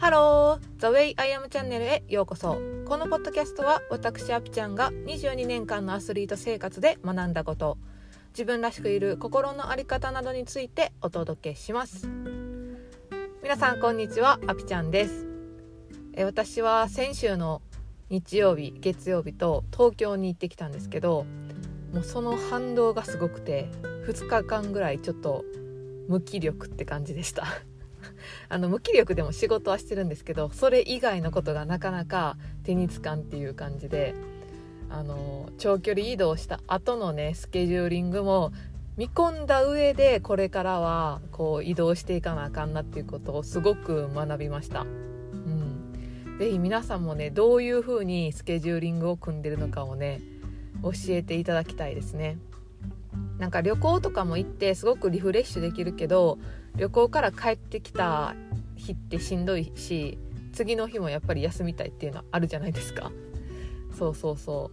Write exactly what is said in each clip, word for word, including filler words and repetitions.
ハロー The Way I Am チャンネルへようこそ。このポッドキャストは私アピちゃんがにじゅうにねんかんのアスリート生活で学んだこと、自分らしくいる心の在り方などについてお届けします。皆さんこんにちは、アピちゃんです。え私は先週の日曜日月曜日と東京に行ってきたんですけど、もうその反動がすごくてふつかかんぐらいちょっと無気力って感じでしたあの無気力でも仕事はしてるんですけど、それ以外のことがなかなか手につかんっていう感じで、あの長距離移動した後のねスケジューリングも見込んだ上で、これからはこう移動していかなあかんなっていうことをすごく学びました。うん、ぜひ皆さんもね、どういう風にスケジューリングを組んでるのかをね教えていただきたいですね。なんか旅行とかも行ってすごくリフレッシュできるけど、旅行から帰ってきた日ってしんどいし、次の日もやっぱり休みたいっていうのはあるじゃないですか。そうそうそう、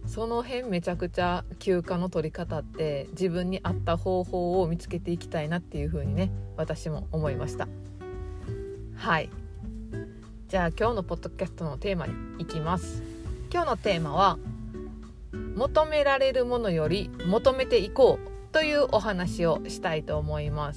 その辺めちゃくちゃ休暇の取り方って自分に合った方法を見つけていきたいなっていう風にね、私も思いました。はい、じゃあ今日のポッドキャストのテーマに行きます。今日のテーマは、求められるものより求めていこうというお話をしたいと思います。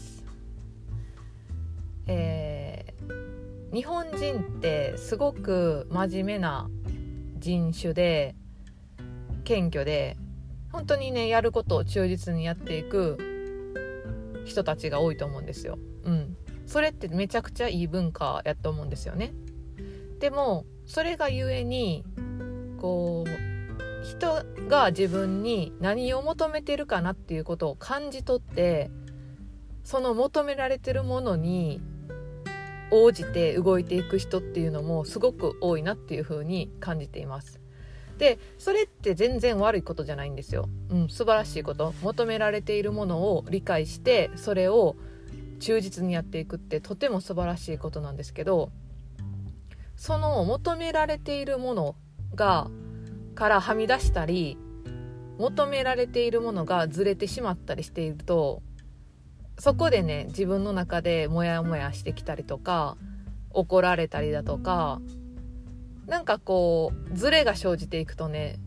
えー、日本人ってすごく真面目な人種で謙虚で、本当にねやることを忠実にやっていく人たちが多いと思うんですよ。うん、それってめちゃくちゃいい文化やと思うんですよね。でもそれがゆえにこう人が自分に何を求めてるかなっていうことを感じ取って、その求められてるものに応じて動いていく人っていうのもすごく多いなっていう風に感じています。で、それって全然悪いことじゃないんですよ。うん、素晴らしいこと。求められているものを理解してそれを忠実にやっていくってとても素晴らしいことなんですけど、その求められているものがからはみ出したり、求められているものがずれてしまったりしていると、そこでね自分の中でモヤモヤしてきたりとか、怒られたりだとか、なんかこうずれが生じていくとね、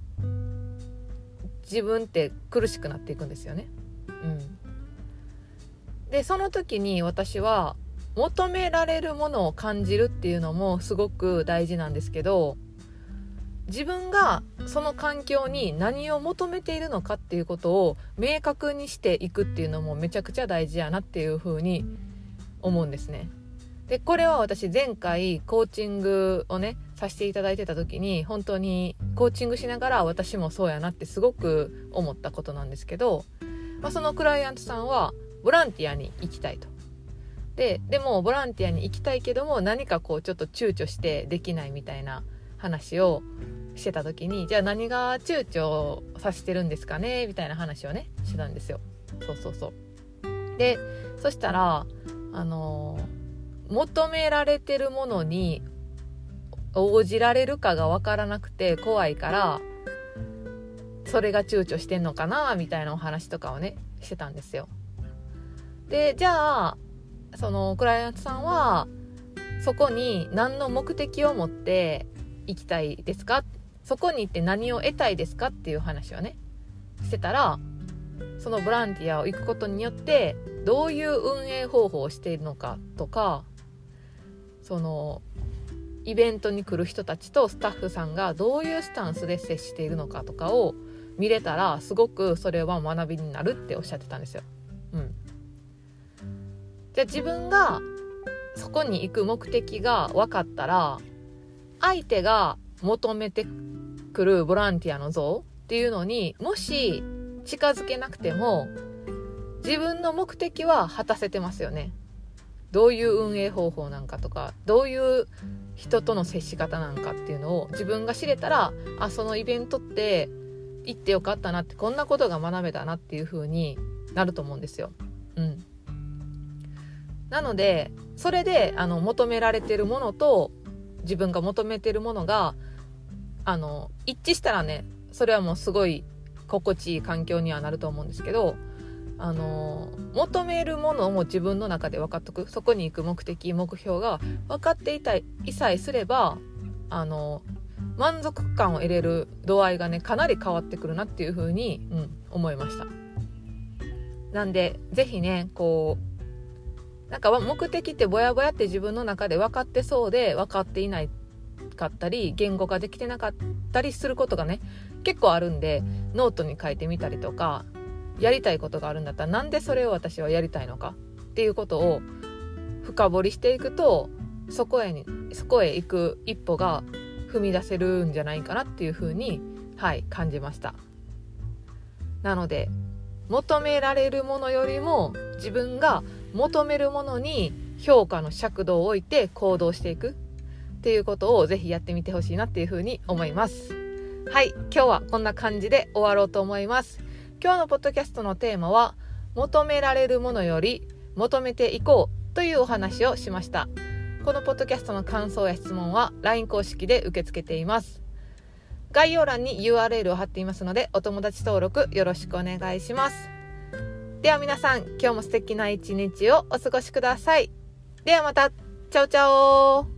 自分って苦しくなっていくんですよね。うん、でその時に私は求められるものを感じるっていうのもすごく大事なんですけど、自分がその環境に何を求めているのかっていうことを明確にしていくっていうのもめちゃくちゃ大事やなっていうふうに思うんですね。でこれは私前回コーチングをねさせていただいてた時に、本当にコーチングしながら私もそうやなってすごく思ったことなんですけど、まあ、そのクライアントさんはボランティアに行きたいと。ででもボランティアに行きたいけども何かこうちょっと躊躇してできないみたいな話をしてた時に、じゃあ何が躊躇させてるんですかねみたいな話をねしてたんですよ。そうそうそう。でそしたらあのー、求められてるものに応じられるかが分からなくて怖いから、それが躊躇してんのかなみたいなお話とかをねしてたんですよ。でじゃあそのクライアントさんはそこに何の目的を持って行きたいですか、そこに行って何を得たいですかっていう話をねしてたら、そのボランティアを行くことによってどういう運営方法をしているのかとか、そのイベントに来る人たちとスタッフさんがどういうスタンスで接しているのかとかを見れたら、すごくそれは学びになるっておっしゃってたんですよ。うん、じゃあ自分がそこに行く目的が分かったら、相手が求めてくるボランティアの像っていうのにもし近づけなくても、自分の目的は果たせてますよね。どういう運営方法なんかとか、どういう人との接し方なんかっていうのを自分が知れたら、あ、そのイベントって行ってよかったなって、こんなことが学べたなっていう風になると思うんですよ。うん。なのでそれであの求められてるものと自分が求めてるものがあの一致したらね、それはもうすごい心地いい環境にはなると思うんですけど、 あの求めるものも自分の中で分かっとく、そこに行く目的目標が分かっていたいさえすれば、あの満足感を得れる度合いがねかなり変わってくるなっていう風に、うん、思いました。なんでぜひねこうなんか目的ってぼやぼやって自分の中で分かってそうで分かっていないかったり言語化できてなかったりすることがね結構あるんで、ノートに書いてみたりとか、やりたいことがあるんだったらなんでそれを私はやりたいのかっていうことを深掘りしていくと、そこへにそこへ行く一歩が踏み出せるんじゃないかなっていうふうに、はい、感じました。なので求められるものよりも自分が求めるものに評価の尺度を置いて行動していくっていうことをぜひやってみてほしいなっていうふうに思います。はい、今日はこんな感じで終わろうと思います。今日のポッドキャストのテーマは求められるものより求めていこうというお話をしました。このポッドキャストの感想や質問は ライン 公式で受け付けています。概要欄に ユーアールエル を貼っていますのでお友達登録よろしくお願いします。では皆さん、今日も素敵な一日をお過ごしください。ではまた。チャオチャオ。